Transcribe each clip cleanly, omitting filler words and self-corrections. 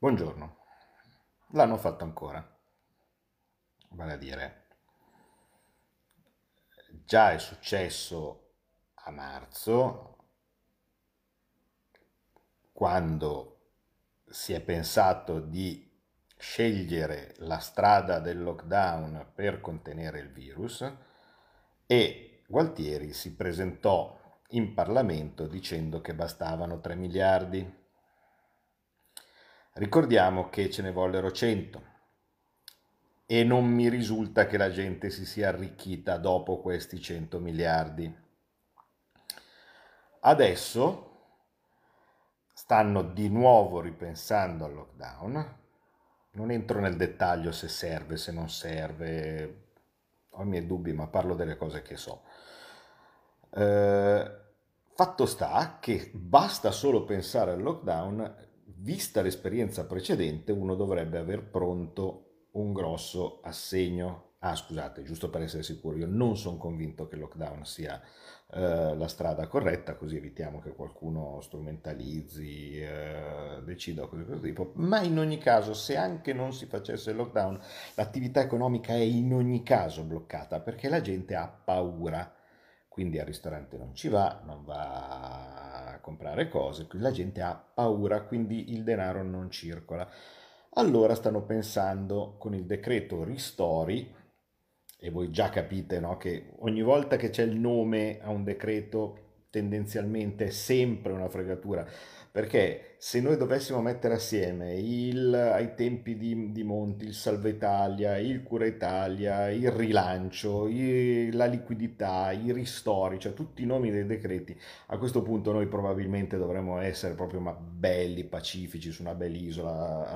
Buongiorno, l'hanno fatto ancora, vale a dire, già è successo a marzo, quando si è pensato di scegliere la strada del lockdown per contenere il virus e Gualtieri si presentò in Parlamento dicendo che bastavano 3 miliardi. Ricordiamo che ce ne vollero 100 e non mi risulta che la gente si sia arricchita dopo questi 100 miliardi. Adesso stanno di nuovo ripensando al lockdown. Non entro nel dettaglio se serve, se non serve, ho i miei dubbi, ma parlo delle cose che so. Eh, Fatto sta che basta solo pensare al lockdown, vista l'esperienza precedente, uno dovrebbe aver pronto un grosso assegno. Ah, scusate, giusto per essere sicuro, io non sono convinto che il lockdown sia la strada corretta, così evitiamo che qualcuno strumentalizzi, decida cose di questo tipo. Ma in ogni caso, se anche non si facesse il lockdown, l'attività economica è in ogni caso bloccata perché la gente ha paura. Quindi al ristorante non ci va, non va a comprare cose, quindi la gente ha paura, quindi il denaro non circola. Allora stanno pensando con il decreto ristori, e voi già capite, no, che ogni volta che c'è il nome a un decreto tendenzialmente è sempre una fregatura, perché se noi dovessimo mettere assieme ai tempi di Monti, il Salva Italia, il Cura Italia, il rilancio, la liquidità, i ristori, cioè tutti i nomi dei decreti, a questo punto noi probabilmente dovremmo essere proprio belli, pacifici su una bella isola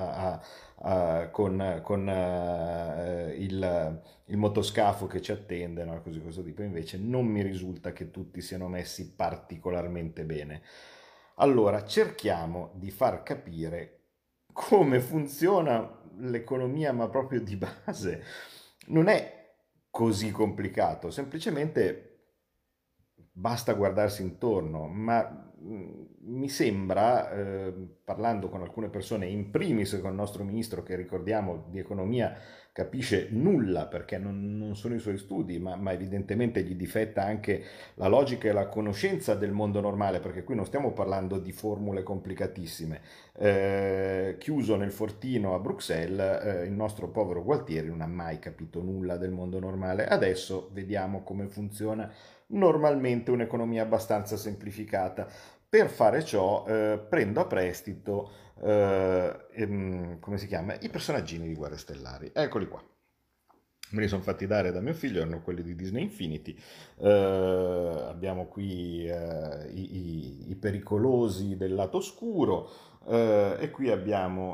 con il motoscafo che ci attende, no? Così questo tipo. Invece non mi risulta che tutti siano messi particolarmente bene. Allora, cerchiamo di far capire come funziona l'economia, ma proprio di base. Non è così complicato, semplicemente basta guardarsi intorno, ma mi sembra, parlando con alcune persone, in primis con il nostro ministro che ricordiamo di economia capisce nulla perché non sono i suoi studi, ma evidentemente gli difetta anche la logica e la conoscenza del mondo normale, perché qui non stiamo parlando di formule complicatissime. Chiuso nel fortino a Bruxelles, il nostro povero Gualtieri non ha mai capito nulla del mondo normale. Adesso vediamo come funziona normalmente un'economia abbastanza semplificata. Per fare ciò prendo a prestito, come si chiama? I personaggini di Guerre Stellari. Eccoli qua. Me li sono fatti dare da mio figlio, erano quelli di Disney Infinity. Abbiamo qui i pericolosi del lato scuro, e qui abbiamo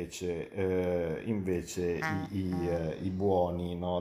invece i buoni, no,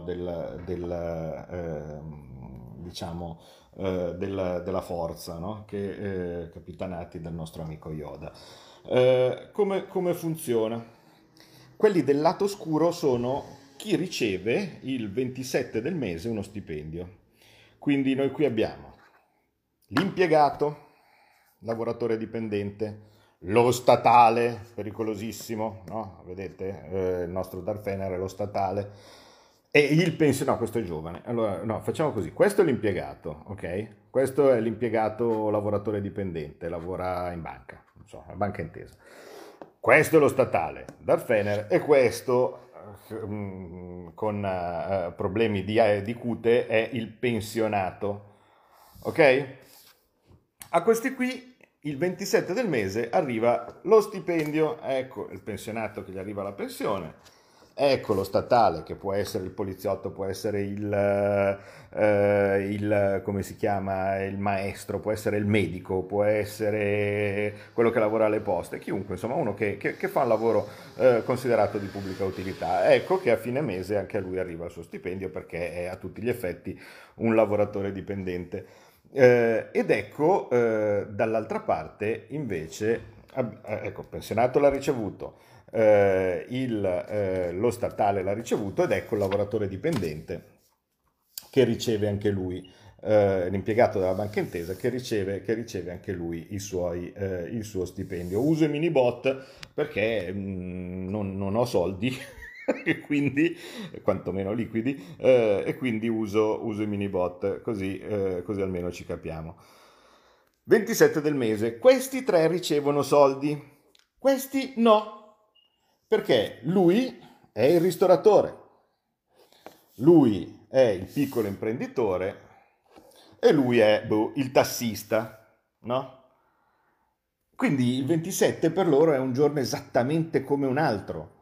diciamo, della forza, no? Che capitanati dal nostro amico Yoda. Come funziona? Quelli del lato scuro sono chi riceve il 27 del mese uno stipendio. Quindi noi qui abbiamo l'impiegato, lavoratore dipendente, lo statale, pericolosissimo, no? Vedete, il nostro Darfener è lo statale, e il pensionato, no, questo è giovane. Allora, no, facciamo così, questo è l'impiegato, ok? Questo è l'impiegato lavoratore dipendente, lavora in banca, non so, a banca intesa. Questo è lo statale, Darfener, e questo con problemi di cute è il pensionato, ok? A questi qui il 27 del mese arriva lo stipendio, ecco il pensionato che gli arriva la pensione, ecco lo statale che può essere il poliziotto, può essere come si chiama, il maestro, può essere il medico, può essere quello che lavora alle poste, chiunque, insomma uno che fa un lavoro considerato di pubblica utilità. Ecco che a fine mese anche a lui arriva il suo stipendio perché è a tutti gli effetti un lavoratore dipendente. Ed ecco, dall'altra parte invece, ecco, il pensionato l'ha ricevuto, lo statale l'ha ricevuto ed ecco il lavoratore dipendente che riceve anche lui l'impiegato della Banca Intesa che riceve anche lui il suo stipendio. Uso i minibot perché non ho soldi e quindi, quantomeno liquidi, e quindi uso i minibot, così almeno ci capiamo. 27 del mese, questi tre ricevono soldi, questi no, perché lui è il ristoratore, lui è il piccolo imprenditore e lui è il tassista, no? Quindi il 27 per loro è un giorno esattamente come un altro.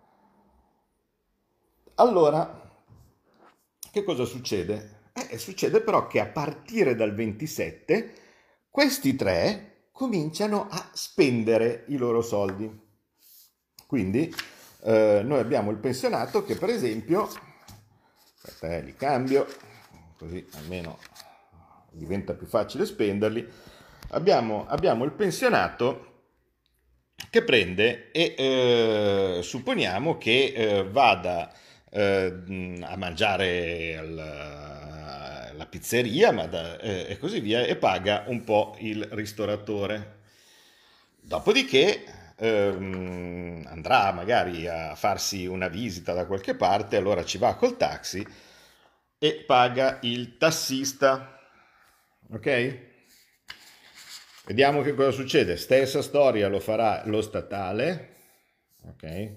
Allora, che cosa succede? Succede però che a partire dal 27 questi tre cominciano a spendere i loro soldi. Quindi noi abbiamo il pensionato che per esempio, aspetta, li cambio, così almeno diventa più facile spenderli. Abbiamo il pensionato che prende e supponiamo che vada a mangiare alla pizzeria e così via e paga un po' il ristoratore. Dopodiché andrà magari a farsi una visita da qualche parte, allora ci va col taxi e paga il tassista. Ok? Vediamo che cosa succede. Stessa storia lo farà lo statale. Ok?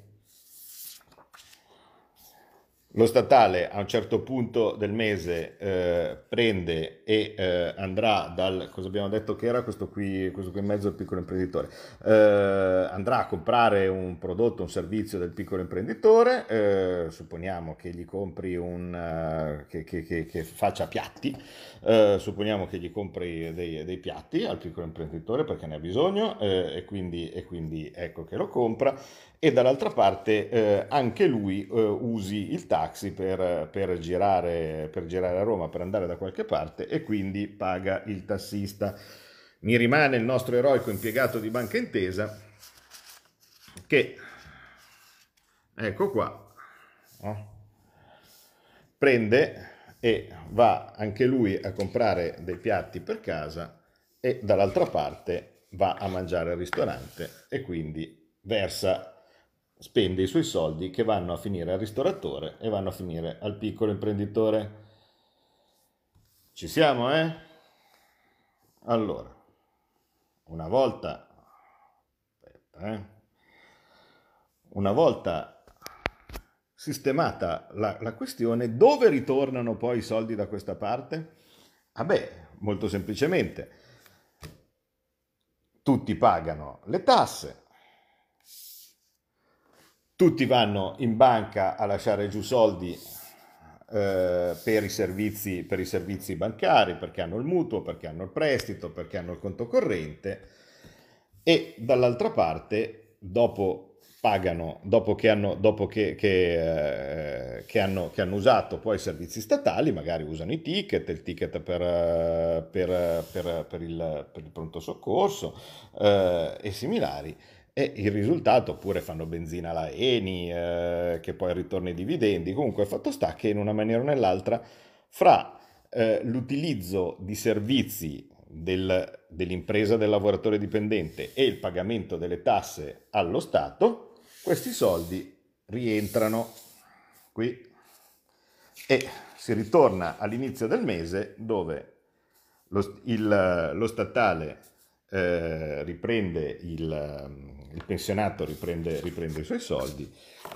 Lo statale a un certo punto del mese prende e andrà cosa abbiamo detto che era questo qui in mezzo al piccolo imprenditore, andrà a comprare un prodotto, un servizio del piccolo imprenditore, supponiamo che gli compri che faccia piatti, supponiamo che gli compri dei piatti al piccolo imprenditore perché ne ha bisogno e quindi ecco che lo compra. E dall'altra parte anche lui usi il taxi per girare a Roma, per andare da qualche parte e quindi paga il tassista. Mi rimane il nostro eroico impiegato di Banca Intesa che, ecco qua, prende e va anche lui a comprare dei piatti per casa e dall'altra parte va a mangiare al ristorante e quindi spende i suoi soldi che vanno a finire al ristoratore e vanno a finire al piccolo imprenditore. Ci siamo, eh? Allora, una volta, una volta sistemata la questione, dove ritornano poi i soldi da questa parte? Molto semplicemente, tutti pagano le tasse, tutti vanno in banca a lasciare giù soldi per i servizi bancari, perché hanno il mutuo, perché hanno il prestito, perché hanno il conto corrente e dall'altra parte dopo che hanno usato poi i servizi statali, magari usano il ticket per il pronto soccorso e similari. E il risultato, oppure fanno benzina alla Eni, che poi ritorna i dividendi. Comunque, il fatto sta che in una maniera o nell'altra, fra l'utilizzo di servizi dell'impresa del lavoratore dipendente e il pagamento delle tasse allo Stato, questi soldi rientrano qui e si ritorna all'inizio del mese dove lo statale riprende il pensionato riprende i suoi soldi,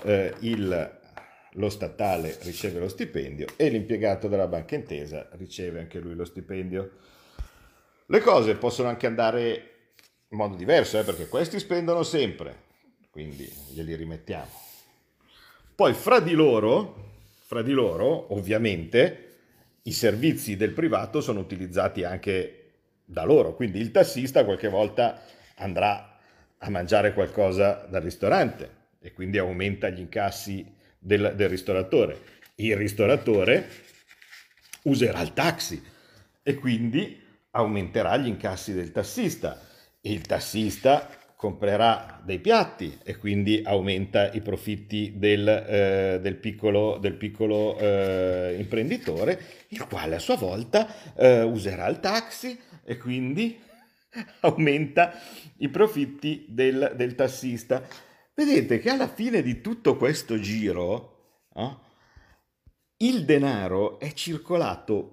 lo statale riceve lo stipendio e l'impiegato della Banca Intesa riceve anche lui lo stipendio. Le cose possono anche andare in modo diverso, perché questi spendono sempre, quindi glieli rimettiamo. Poi fra di loro, ovviamente, i servizi del privato sono utilizzati anche da loro, quindi il tassista qualche volta andrà a mangiare qualcosa dal ristorante e quindi aumenta gli incassi del ristoratore. Il ristoratore userà il taxi e quindi aumenterà gli incassi del tassista. Il tassista comprerà dei piatti e quindi aumenta i profitti del piccolo imprenditore, il quale a sua volta userà il taxi e quindi aumenta i profitti del tassista. Vedete che alla fine di tutto questo giro, no, il denaro è circolato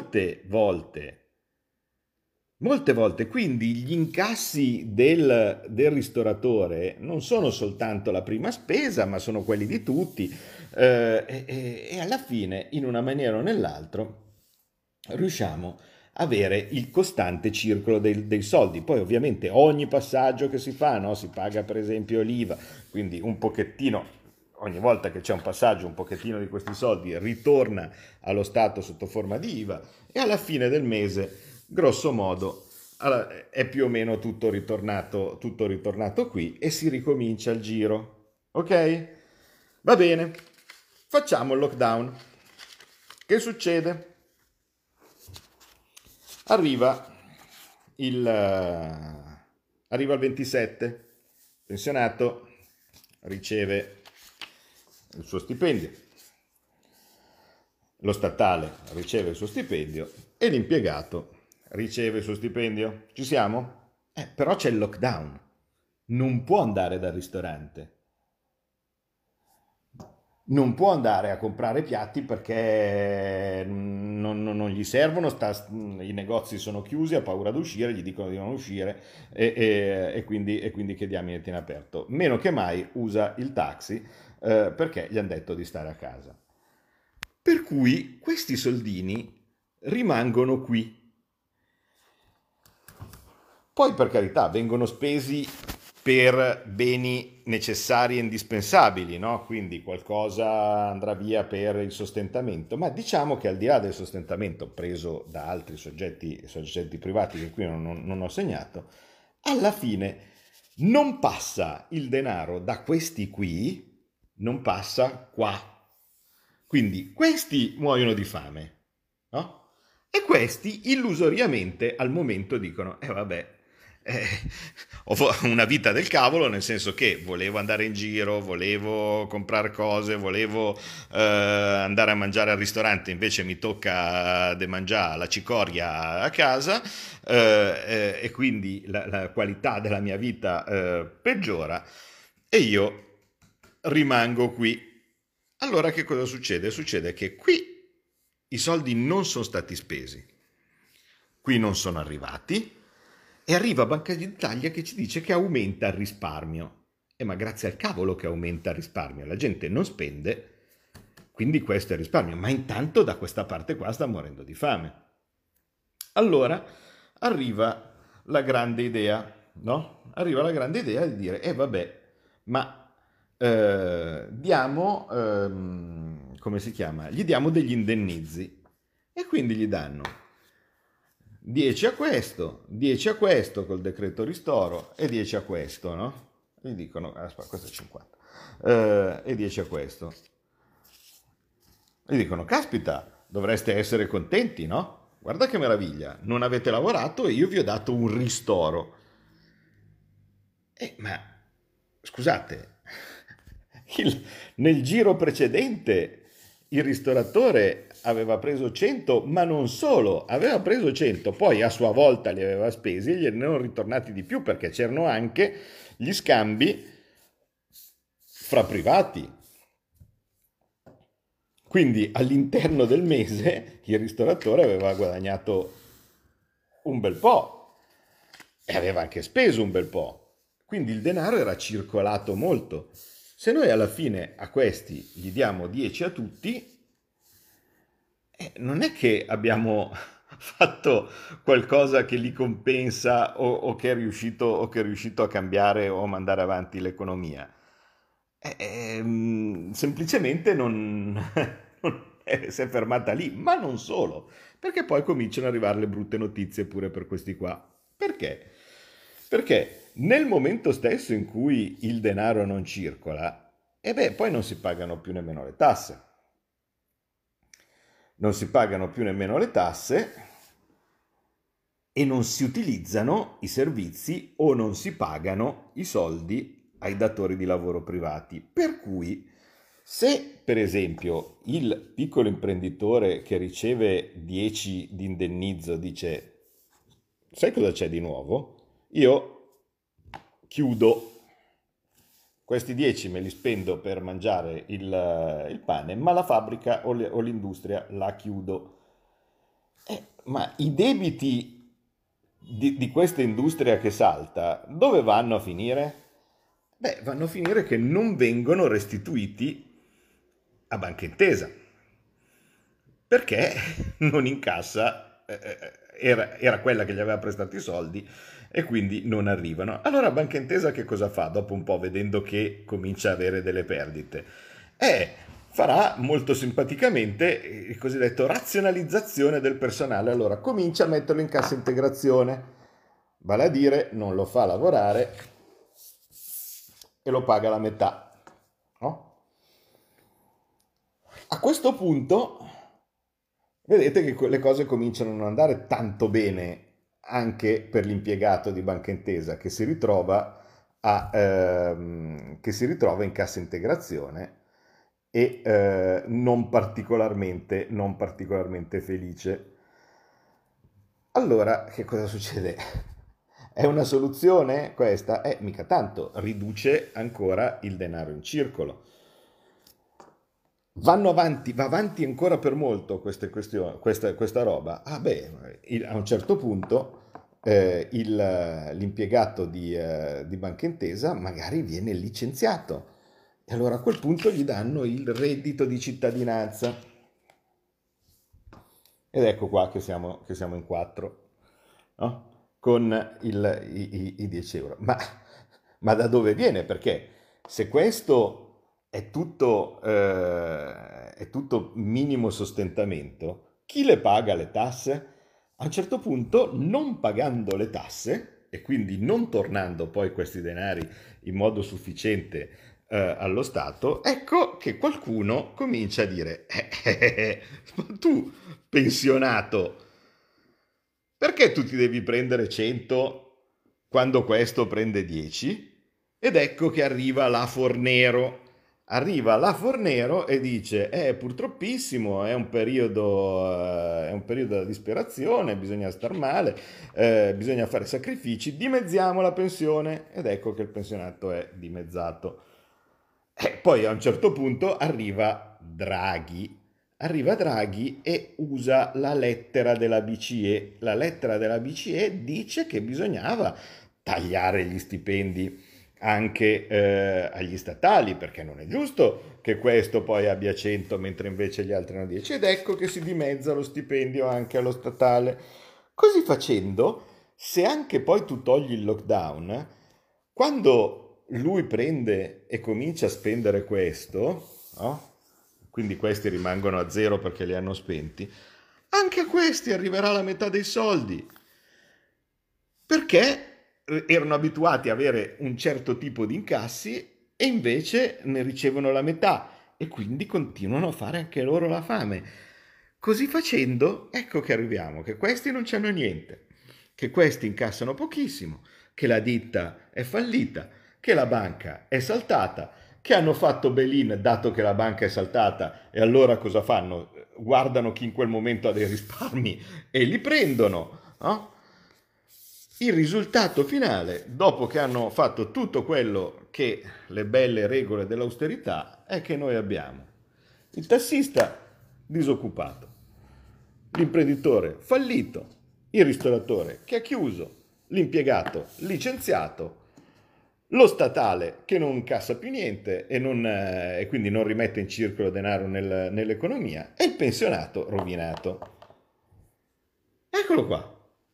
molte volte, quindi gli incassi del ristoratore non sono soltanto la prima spesa, ma sono quelli di tutti, e alla fine, in una maniera o nell'altra, riusciamo a avere il costante circolo dei soldi. Poi ovviamente ogni passaggio che si fa, no? Si paga per esempio l'IVA, quindi un pochettino, ogni volta che c'è un passaggio, un pochettino di questi soldi ritorna allo Stato sotto forma di IVA e alla fine del mese, grosso modo, è più o meno tutto ritornato qui e si ricomincia il giro. Ok? Va bene, facciamo il lockdown. Che succede? Arriva arriva il 27, pensionato, riceve il suo stipendio, lo statale riceve il suo stipendio e l'impiegato riceve il suo stipendio. Ci siamo? Però c'è il lockdown, non può andare dal ristorante. Non può andare a comprare piatti perché non gli servono, i negozi sono chiusi, ha paura di uscire, gli dicono di non uscire e quindi che diamine tiene aperto. Meno che mai usa il taxi perché gli hanno detto di stare a casa. Per cui questi soldini rimangono qui. Poi per carità vengono spesi per beni necessari e indispensabili, no? Quindi qualcosa andrà via per il sostentamento, ma diciamo che al di là del sostentamento preso da altri soggetti privati che qui non ho segnato, alla fine non passa il denaro da questi qui, non passa qua. Quindi questi muoiono di fame, no? E questi illusoriamente al momento dicono, vabbè, eh, ho una vita del cavolo, nel senso che volevo andare in giro, volevo comprare cose, volevo andare a mangiare al ristorante, invece mi tocca de mangiare la cicoria a casa e quindi la qualità della mia vita peggiora e io rimango qui. Allora che cosa succede? Succede che qui i soldi non sono stati spesi, qui non sono arrivati e arriva Banca d'Italia che ci dice che aumenta il risparmio. Ma grazie al cavolo che aumenta il risparmio, la gente non spende, quindi questo è il risparmio, ma intanto da questa parte qua sta morendo di fame. Allora arriva la grande idea, no? Arriva la grande idea di dire, vabbè, ma diamo, come si chiama? Gli diamo degli indennizi e quindi gli danno 10 a questo, 10 a questo col decreto ristoro e 10 a questo, no? Gli dicono, aspetta, questo è 50, e 10 a questo. Gli dicono, caspita, dovreste essere contenti, no? Guarda che meraviglia, non avete lavorato e io vi ho dato un ristoro. Ma scusate, nel giro precedente il ristoratore aveva preso 100, ma non solo, aveva preso 100, poi a sua volta li aveva spesi e gli erano ritornati di più perché c'erano anche gli scambi fra privati. Quindi all'interno del mese il ristoratore aveva guadagnato un bel po' e aveva anche speso un bel po'. Quindi il denaro era circolato molto. Se noi alla fine a questi gli diamo 10 a tutti, non è che abbiamo fatto qualcosa che li compensa o che è riuscito a cambiare o a mandare avanti l'economia. Semplicemente si è fermata lì, ma non solo, perché poi cominciano ad arrivare le brutte notizie pure per questi qua. Perché? Perché nel momento stesso in cui il denaro non circola, poi non si pagano più nemmeno le tasse. Non si pagano più nemmeno le tasse e non si utilizzano i servizi o non si pagano i soldi ai datori di lavoro privati. Per cui, se per esempio il piccolo imprenditore che riceve 10 di indennizzo dice: sai cosa c'è di nuovo? Io chiudo, questi 10 me li spendo per mangiare il pane, ma la fabbrica o l'industria la chiudo. Ma i debiti di questa industria che salta, dove vanno a finire? Beh, vanno a finire che non vengono restituiti a Banca Intesa, perché non incassa, era quella che gli aveva prestato i soldi e quindi non arrivano. Allora Banca Intesa che cosa fa dopo un po', vedendo che comincia a avere delle perdite? Farà molto simpaticamente il cosiddetto razionalizzazione del personale. Allora comincia a metterlo in cassa integrazione, vale a dire non lo fa lavorare e lo paga la metà, no? A questo punto vedete che le cose cominciano a non andare tanto bene anche per l'impiegato di Banca Intesa che si ritrova in cassa integrazione e non particolarmente felice. Allora, che cosa succede? È una soluzione questa? Mica tanto, riduce ancora il denaro in circolo. Va avanti ancora per molto questa roba. A un certo punto l'impiegato di Banca Intesa magari viene licenziato e allora a quel punto gli danno il reddito di cittadinanza. Ed ecco qua che siamo in 4, no? Con i 10 euro. Ma da dove viene? Perché se questo è tutto minimo sostentamento, chi le paga le tasse? A un certo punto, non pagando le tasse e quindi non tornando poi questi denari in modo sufficiente allo Stato, ecco che qualcuno comincia a dire: ma tu, pensionato, perché tu ti devi prendere 100 quando questo prende 10? Ed ecco che arriva la Fornero. Arriva la Fornero e dice: purtroppissimo, è un periodo di disperazione, bisogna star male, bisogna fare sacrifici, dimezziamo la pensione. Ed ecco che il pensionato è dimezzato. Poi a un certo punto arriva Draghi e usa la lettera della BCE. La lettera della BCE dice che bisognava tagliare gli stipendi anche agli statali, perché non è giusto che questo poi abbia 100 mentre invece gli altri hanno 10. Ed ecco che si dimezza lo stipendio anche allo statale. Così facendo, se anche poi tu togli il lockdown, quando lui prende e comincia a spendere questo, no? Quindi questi rimangono a zero perché li hanno spenti, anche a questi arriverà la metà dei soldi, perché erano abituati a avere un certo tipo di incassi e invece ne ricevono la metà e quindi continuano a fare anche loro la fame. Così facendo, ecco che arriviamo, che questi non c'hanno niente, che questi incassano pochissimo, che la ditta è fallita, che la banca è saltata, che hanno fatto bail-in dato che la banca è saltata e allora cosa fanno? Guardano chi in quel momento ha dei risparmi e li prendono, no? Il risultato finale, dopo che hanno fatto tutto quello che le belle regole dell'austerità, è che noi abbiamo il tassista disoccupato, l'imprenditore fallito, il ristoratore che ha chiuso, l'impiegato licenziato, lo statale che non incassa più niente e quindi non rimette in circolo denaro nell'economia e il pensionato rovinato. Eccolo qua.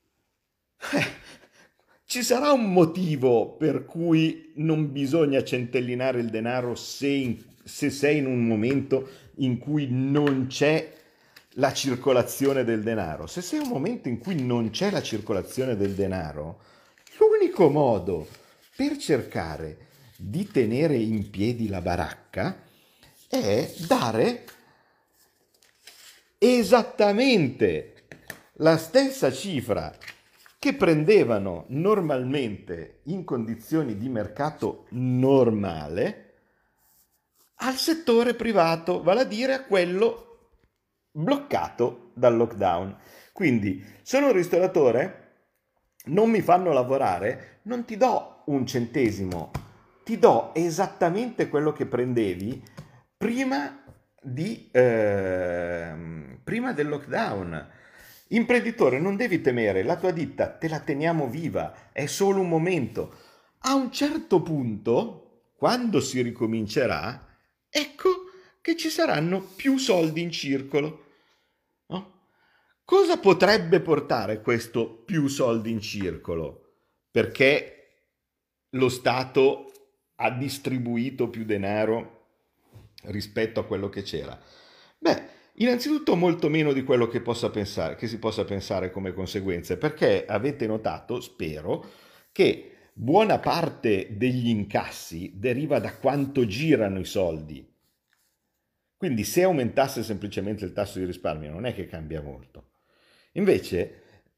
Ci sarà un motivo per cui non bisogna centellinare il denaro se sei in un momento in cui non c'è la circolazione del denaro. Se sei in un momento in cui non c'è la circolazione del denaro, l'unico modo per cercare di tenere in piedi la baracca è dare esattamente la stessa cifra che prendevano normalmente in condizioni di mercato normale al settore privato, vale a dire a quello bloccato dal lockdown. Quindi, sono un ristoratore, non mi fanno lavorare, non ti do un centesimo, ti do esattamente quello che prendevi prima, prima del lockdown. Imprenditore, non devi temere, la tua ditta te la teniamo viva, è solo un momento. A un certo punto, quando si ricomincerà, ecco che ci saranno più soldi in circolo. No? Cosa potrebbe portare questo più soldi in circolo? Perché lo Stato ha distribuito più denaro rispetto a quello che c'era? Beh, innanzitutto molto meno di quello che, che si possa pensare come conseguenze, perché avete notato, spero, che buona parte degli incassi deriva da quanto girano i soldi. Quindi se aumentasse semplicemente il tasso di risparmio non è che cambia molto. Invece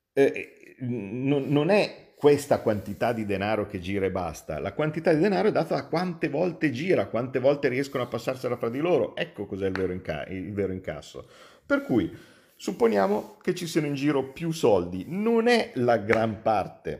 non è questa quantità di denaro che gira e basta, la quantità di denaro è data da quante volte gira, quante volte riescono a passarsela fra di loro, ecco cos'è il vero incasso. Per cui supponiamo che ci siano in giro più soldi, non è la gran parte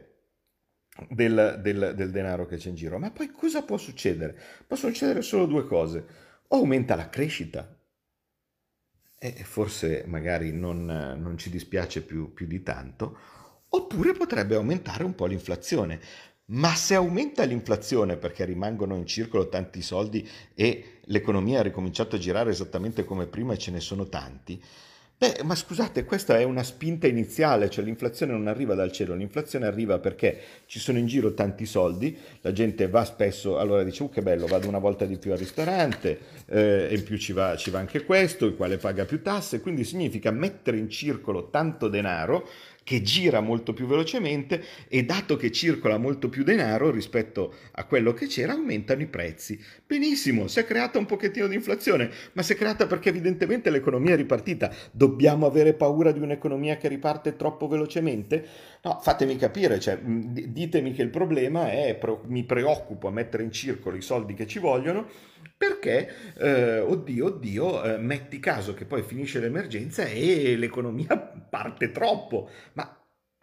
del denaro che c'è in giro, ma poi cosa può succedere? Possono succedere solo due cose: o aumenta la crescita, e forse magari non ci dispiace più di tanto, oppure potrebbe aumentare un po' l'inflazione. Ma se aumenta l'inflazione perché rimangono in circolo tanti soldi e l'economia ha ricominciato a girare esattamente come prima e ce ne sono tanti, beh, ma scusate, questa è una spinta iniziale, cioè l'inflazione non arriva dal cielo, l'inflazione arriva perché ci sono in giro tanti soldi, la gente va spesso, allora dice, che bello, vado una volta di più al ristorante, e in più ci va anche questo, il quale paga più tasse, quindi significa mettere in circolo tanto denaro che gira molto più velocemente, e dato che circola molto più denaro rispetto a quello che c'era, aumentano i prezzi. Benissimo, si è creata un pochettino di inflazione, ma si è creata perché evidentemente l'economia è ripartita. Dobbiamo avere paura di un'economia che riparte troppo velocemente? No, fatemi capire, cioè, ditemi che il problema è mi preoccupo a mettere in circolo i soldi che ci vogliono perché, metti caso che poi finisce l'emergenza e l'economia parte troppo. Ma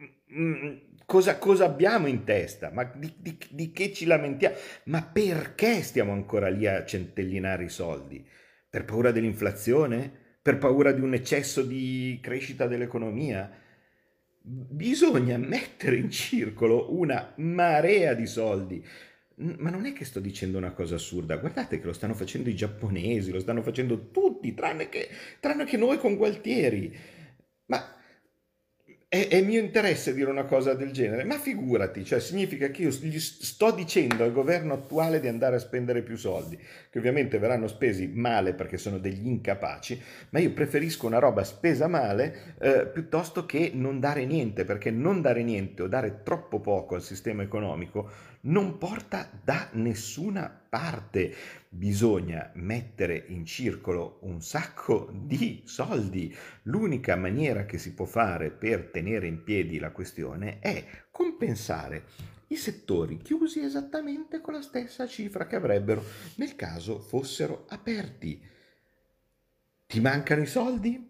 cosa abbiamo in testa? Ma di che ci lamentiamo? Ma perché stiamo ancora lì a centellinare i soldi? Per paura dell'inflazione? Per paura di un eccesso di crescita dell'economia? Bisogna mettere in circolo una marea di soldi. Ma non è che sto dicendo una cosa assurda, guardate che lo stanno facendo i giapponesi, lo stanno facendo tutti, tranne che noi con Gualtieri. Ma è mio interesse dire una cosa del genere, ma figurati, cioè significa che io gli sto dicendo al governo attuale di andare a spendere più soldi, che ovviamente verranno spesi male perché sono degli incapaci, ma io preferisco una roba spesa male piuttosto che non dare niente, perché non dare niente o dare troppo poco al sistema economico non porta da nessuna parte. Bisogna mettere in circolo un sacco di soldi. L'unica maniera che si può fare per tenere in piedi la questione è compensare i settori chiusi esattamente con la stessa cifra che avrebbero nel caso fossero aperti. Ti mancano i soldi?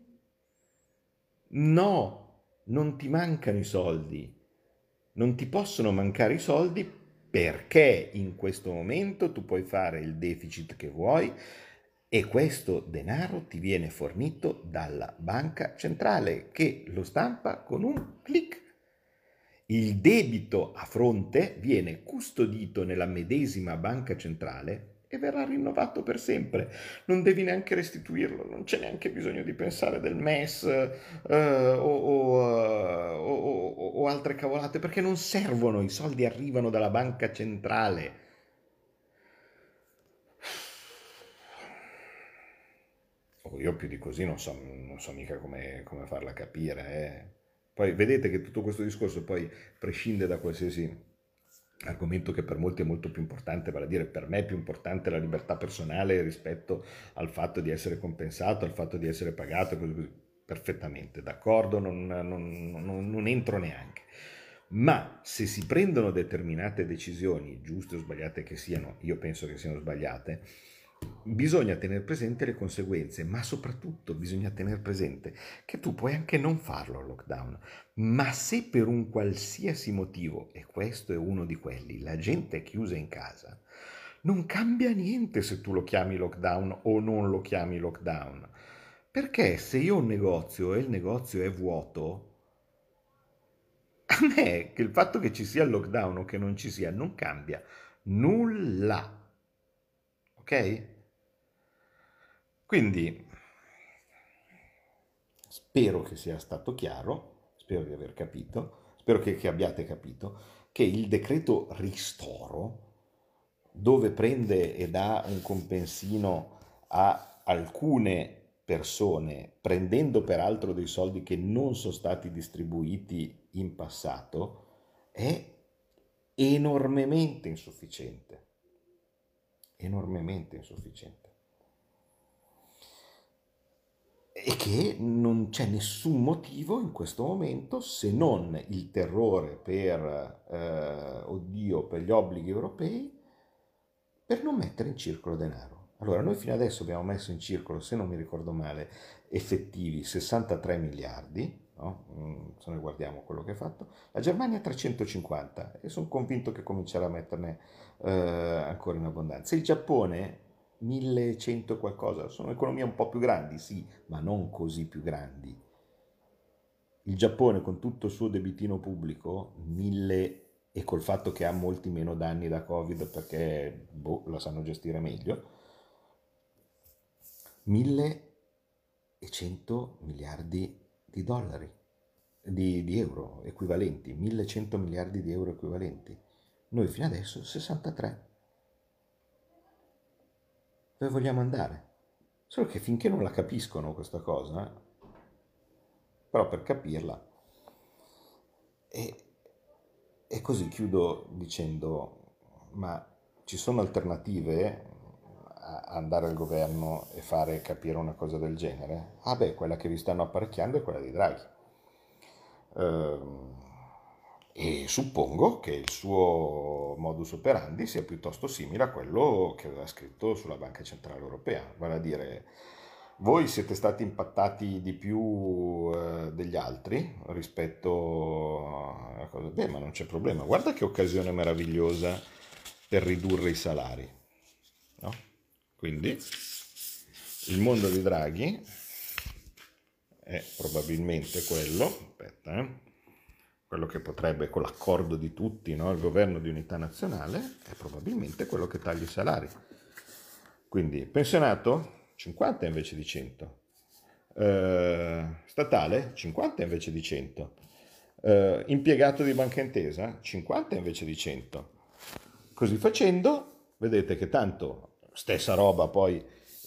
No, non ti mancano i soldi. Non ti possono mancare i soldi perché in questo momento tu puoi fare il deficit che vuoi e questo denaro ti viene fornito dalla banca centrale che lo stampa con un clic. Il debito a fronte viene custodito nella medesima banca centrale e verrà rinnovato per sempre. Non devi neanche restituirlo, non c'è neanche bisogno di pensare del MES o altre cavolate, perché non servono, i soldi arrivano dalla banca centrale. Oh, io più di così non so mica come farla capire. Poi vedete che tutto questo discorso poi prescinde da qualsiasi argomento che per molti è molto più importante, vale a dire per me è più importante la libertà personale rispetto al fatto di essere compensato, al fatto di essere pagato, così, perfettamente, d'accordo, non entro neanche. Ma se si prendono determinate decisioni, giuste o sbagliate che siano, io penso che siano sbagliate, bisogna tenere presente le conseguenze, ma soprattutto bisogna tenere presente che tu puoi anche non farlo il lockdown, ma se per un qualsiasi motivo, e questo è uno di quelli, la gente è chiusa in casa, non cambia niente se tu lo chiami lockdown o non lo chiami lockdown. Perché se io ho un negozio e il negozio è vuoto, a me che il fatto che ci sia il lockdown o che non ci sia non cambia nulla. Ok? Quindi spero che sia stato chiaro, spero di aver capito, spero che abbiate capito che il decreto ristoro, dove prende e dà un compensino a alcune persone, prendendo peraltro dei soldi che non sono stati distribuiti in passato, è enormemente insufficiente, enormemente insufficiente. E che non c'è nessun motivo in questo momento se non il terrore per, oddio, per gli obblighi europei, per non mettere in circolo denaro. Allora, noi fino adesso abbiamo messo in circolo, se non mi ricordo male, effettivi 63 miliardi, no? Se noi guardiamo quello che ha fatto, la Germania 350 e sono convinto che comincerà a metterne ancora in abbondanza. Il Giappone 1100 qualcosa, sono economie un po' più grandi, sì, ma non così più grandi. Il Giappone con tutto il suo debitino pubblico, 1000 e col fatto che ha molti meno danni da Covid perché boh, la sanno gestire meglio, 1100 miliardi di dollari, di euro equivalenti, 1100 miliardi di euro equivalenti. Noi fino adesso 63. Dove vogliamo andare? Solo che finché non la capiscono questa cosa, però per capirla, e, e così chiudo dicendo, ma ci sono alternative a andare al governo e fare capire una cosa del genere? Ah beh, quella che vi stanno apparecchiando è quella di Draghi. Ehm, e suppongo che il suo modus operandi sia piuttosto simile a quello che aveva scritto sulla Banca Centrale Europea, vale a dire voi siete stati impattati di più degli altri rispetto a cose. Beh, ma non c'è problema. Guarda che occasione meravigliosa per ridurre i salari, no? Quindi il mondo di Draghi è probabilmente quello, aspetta, quello che potrebbe, con l'accordo di tutti, no? Il governo di unità nazionale, è probabilmente quello che taglia i salari. Quindi pensionato 50 invece di 100, statale 50 invece di 100, impiegato di banca intesa 50 invece di 100. Così facendo, vedete che tanto stessa roba poi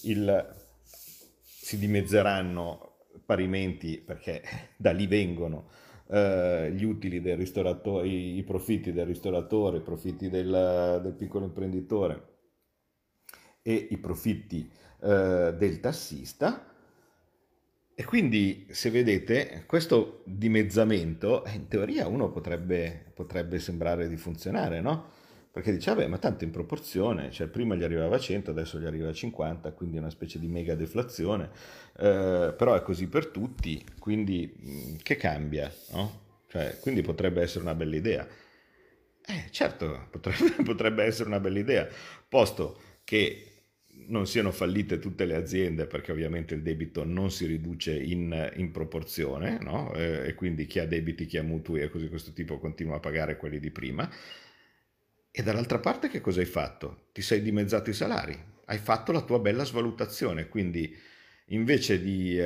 si dimezzeranno parimenti perché da lì vengono gli utili del ristoratore, i profitti del ristoratore, i profitti del piccolo imprenditore e i profitti del tassista. E quindi, se vedete, questo dimezzamento, in teoria uno potrebbe sembrare di funzionare, no? Perché dice, vabbè, ma tanto in proporzione, cioè prima gli arrivava a 100, adesso gli arriva a 50, quindi è una specie di mega deflazione, però è così per tutti, quindi che cambia, no? Cioè, quindi potrebbe essere una bella idea. Certo, potrebbe essere una bella idea, posto che non siano fallite tutte le aziende, perché ovviamente il debito non si riduce in proporzione, no? E quindi chi ha debiti, chi ha mutui e cose di questo tipo continua a pagare quelli di prima. E dall'altra parte che cosa hai fatto? Ti sei dimezzato i salari, hai fatto la tua bella svalutazione, quindi invece di,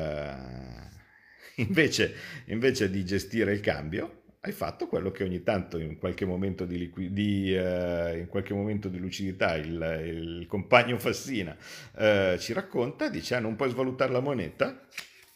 invece, invece di gestire il cambio, hai fatto quello che ogni tanto in qualche momento in qualche momento di lucidità il compagno Fassina ci racconta, dice ah, non puoi svalutare la moneta?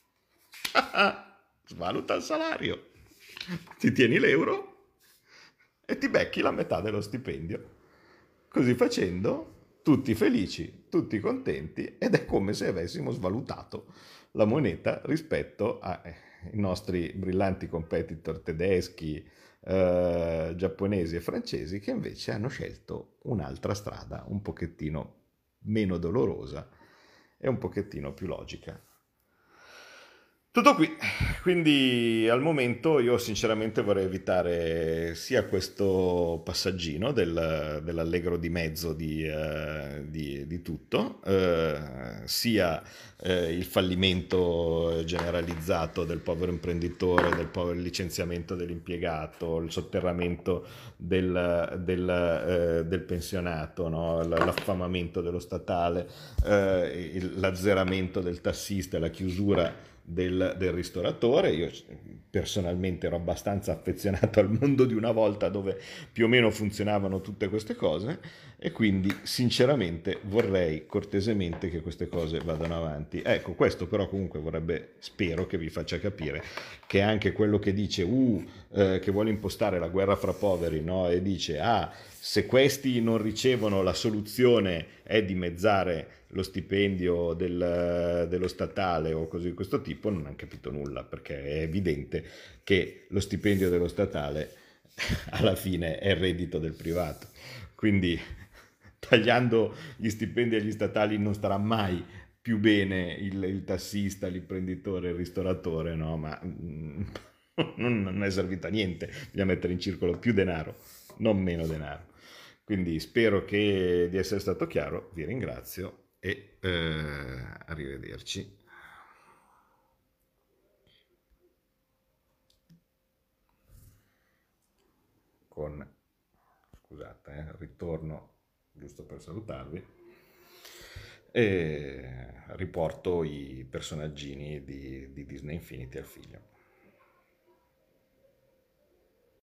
Svaluta il salario, ti tieni l'euro e ti becchi la metà dello stipendio. Così facendo, tutti felici, tutti contenti ed è come se avessimo svalutato la moneta rispetto ai nostri brillanti competitor tedeschi, giapponesi e francesi che invece hanno scelto un'altra strada, un pochettino meno dolorosa e un pochettino più logica. Tutto qui, quindi al momento io sinceramente vorrei evitare sia questo passaggino dell'allegro di mezzo di tutto, sia il fallimento generalizzato del povero imprenditore, del povero licenziamento dell'impiegato, il sotterramento del pensionato, no? L'affamamento dello statale, l'azzeramento del tassista e la chiusura del ristoratore. Io personalmente ero abbastanza affezionato al mondo di una volta dove più o meno funzionavano tutte queste cose e quindi sinceramente vorrei cortesemente che queste cose vadano avanti. Ecco, questo però comunque spero che vi faccia capire che anche quello che dice che vuole impostare la guerra fra poveri, no? E dice se questi non ricevono la soluzione è dimezzare lo stipendio dello statale o cose di questo tipo, non hanno capito nulla, perché è evidente che lo stipendio dello statale alla fine è il reddito del privato. Quindi tagliando gli stipendi agli statali non starà mai più bene il tassista, l'imprenditore, il ristoratore, no? Ma non è servito a niente, bisogna mettere in circolo più denaro, non meno denaro. Quindi spero di essere stato chiaro, vi ringrazio e arrivederci. Con, scusate, ritorno giusto per salutarvi e riporto i personaggini di Disney Infinity al figlio.